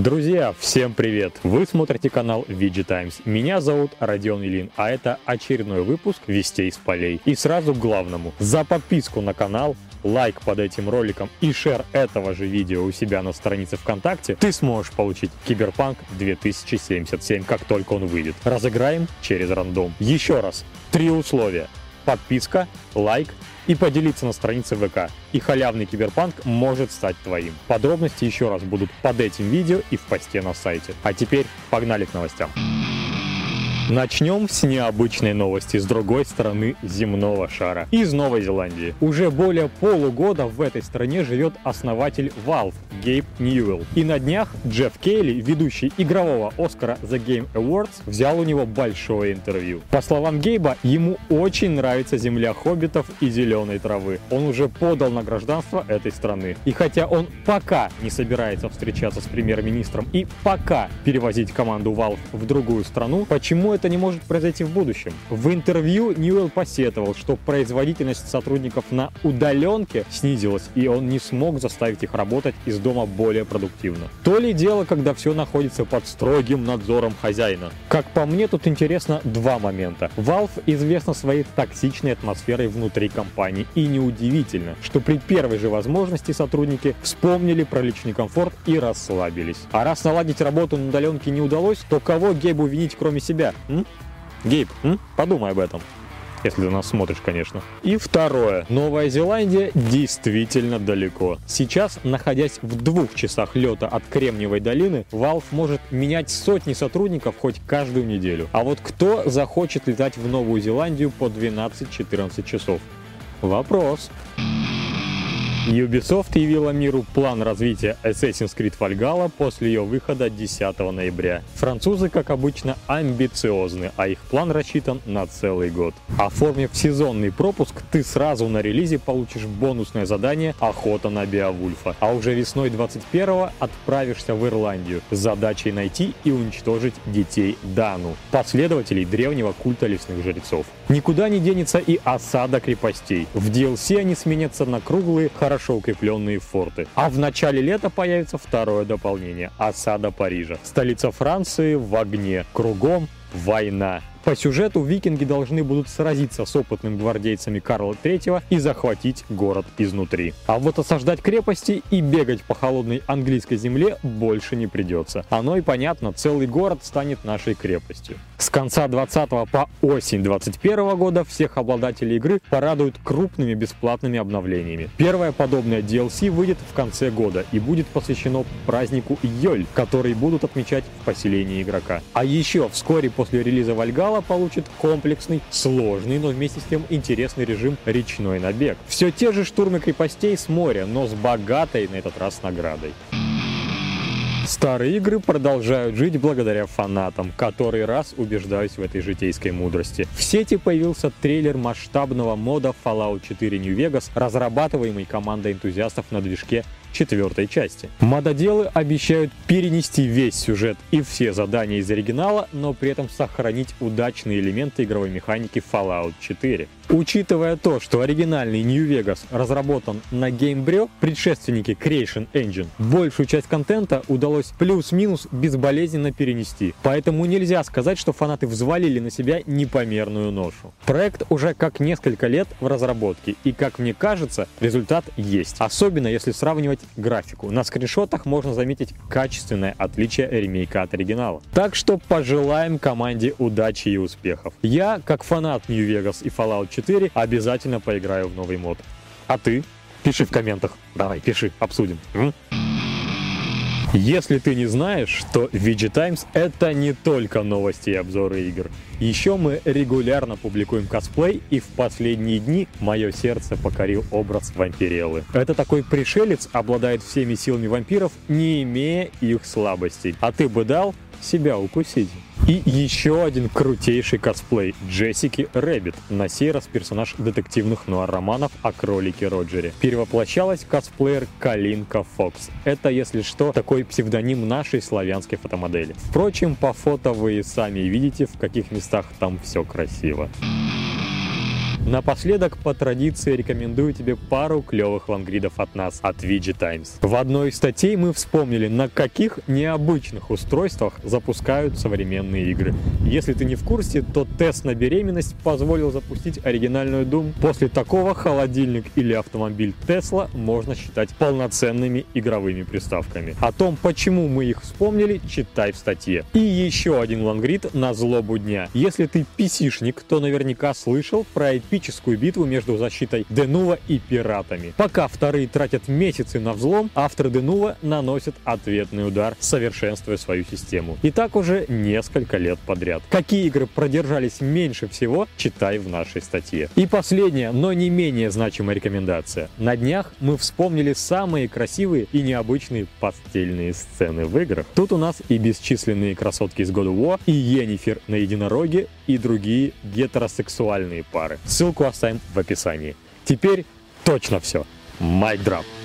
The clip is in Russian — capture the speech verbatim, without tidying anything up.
Друзья, всем привет! Вы смотрите канал ви джи Times. Меня зовут Родион Ильин, а это очередной выпуск Вестей с полей. И сразу к главному. За подписку на канал, лайк под этим роликом и шер этого же видео у себя на странице ВКонтакте ты сможешь получить Киберпанк две тысячи семьдесят семь, как только он выйдет. Разыграем через рандом. Еще раз, три условия. Подписка, лайк и поделиться на странице ВК. И халявный Киберпанк может стать твоим. Подробности еще раз будут под этим видео и в посте на сайте. А теперь погнали к новостям. Начнем с необычной новости с другой стороны земного шара. Из Новой Зеландии. Уже более полугода в этой стране живет основатель Valve Гейб Ньюэлл. И на днях Джефф Кейли, ведущий игрового Оскара The Game Awards, взял у него большое интервью. По словам Гейба, ему очень нравится земля хоббитов и зеленой травы. Он уже подал на гражданство этой страны. И хотя он пока не собирается встречаться с премьер-министром и пока перевозить команду Valve в другую страну, почему это не может произойти в будущем? В интервью Ньюэлл посетовал, что производительность сотрудников на удаленке снизилась, и он не смог заставить их работать из дома более продуктивно. То ли дело, когда все находится под строгим надзором хозяина. Как по мне, тут интересно два момента. Valve известна своей токсичной атмосферой внутри компании, и неудивительно, что при первой же возможности сотрудники вспомнили про личный комфорт и расслабились. А раз наладить работу на удаленке не удалось, то кого Гейбу винить, кроме себя? М? Гейб, м? Подумай об этом. Если ты нас смотришь, конечно. И второе. Новая Зеландия действительно далеко. Сейчас, находясь в двух часах лета от Кремниевой долины, Valve может менять сотни сотрудников хоть каждую неделю. А вот кто захочет летать в Новую Зеландию по двенадцать-четырнадцать часов? Вопрос. Ubisoft явила миру план развития Assassin's Creed Valhalla после ее выхода десятого ноября. Французы, как обычно, амбициозны, а их план рассчитан на целый год. Оформив сезонный пропуск, ты сразу на релизе получишь бонусное задание «Охота на Беовульфа», а уже весной двадцать первого отправишься в Ирландию с задачей найти и уничтожить детей Дану, последователей древнего культа лесных жрецов. Никуда не денется и осада крепостей. В ди эл си они сменятся на круглые, хорошо укрепленные форты. А в начале лета появится второе дополнение – осада Парижа. Столица Франции в огне. Кругом война. По сюжету викинги должны будут сразиться с опытными гвардейцами Карла третьего и захватить город изнутри. А вот осаждать крепости и бегать по холодной английской земле больше не придется. Оно и понятно, целый город станет нашей крепостью. С конца двадцатого по осень двадцать первого года всех обладателей игры порадуют крупными бесплатными обновлениями. Первое подобное ди эл си выйдет в конце года и будет посвящено празднику Йоль, который будут отмечать в поселении игрока. А еще вскоре после релиза Valhalla получит комплексный, сложный, но вместе с тем интересный режим «Речной набег». Все те же штурмы крепостей с моря, но с богатой на этот раз наградой. Старые игры продолжают жить благодаря фанатам, который раз убеждаюсь в этой житейской мудрости. В сети появился трейлер масштабного мода Fallout четыре New Vegas, разрабатываемый командой энтузиастов на движке четвертой части. Мододелы обещают перенести весь сюжет и все задания из оригинала, но при этом сохранить удачные элементы игровой механики Fallout четыре. Учитывая то, что оригинальный New Vegas разработан на Gamebryo, предшественнике Creation Engine, большую часть контента удалось плюс-минус безболезненно перенести. Поэтому нельзя сказать, что фанаты взвалили на себя непомерную ношу. Проект уже как несколько лет в разработке, и, как мне кажется, результат есть. Особенно если сравнивать графику. На скриншотах можно заметить качественное отличие ремейка от оригинала. Так что пожелаем команде удачи и успехов. Я, как фанат New Vegas и Fallout четыре, обязательно поиграю в новый мод. А ты? Пиши в комментах. Давай, пиши, обсудим. М? Если ты не знаешь, что ви джи Times — это не только новости и обзоры игр. Еще мы регулярно публикуем косплей, и в последние дни мое сердце покорил образ вампиреллы. Это такой пришелец обладает всеми силами вампиров, не имея их слабостей. А ты бы дал себя укусить? И еще один крутейший косплей Джессики Рэббит, на сей раз персонаж детективных нуар-романов о кролике Роджере. Перевоплощалась косплеер Калинка Фокс. Это, если что, такой псевдоним нашей славянской фотомодели. Впрочем, по фото вы и сами видите, в каких местах там все красиво. Напоследок, по традиции, рекомендую тебе пару клевых лонгридов от нас, от ви джи Times. В одной из статей мы вспомнили, на каких необычных устройствах запускают современные игры. Если ты не в курсе, то тест на беременность позволил запустить оригинальную Doom. После такого холодильник или автомобиль Tesla можно считать полноценными игровыми приставками. О том, почему мы их вспомнили, читай в статье. И еще один лонгрид на злобу дня. Если ты пи си-шник, то наверняка слышал про эпическую битву между защитой Denuvo и пиратами. Пока вторые тратят месяцы на взлом, авторы Denuvo наносят ответный удар, совершенствуя свою систему. И так уже несколько лет подряд. Какие игры продержались меньше всего, читай в нашей статье. И последняя, но не менее значимая рекомендация. На днях мы вспомнили самые красивые и необычные постельные сцены в играх. Тут у нас и бесчисленные красотки из God of War, и Йеннифер на единороге, и другие гетеросексуальные пары. Ссылку оставим в описании. Теперь точно все. Mic drop.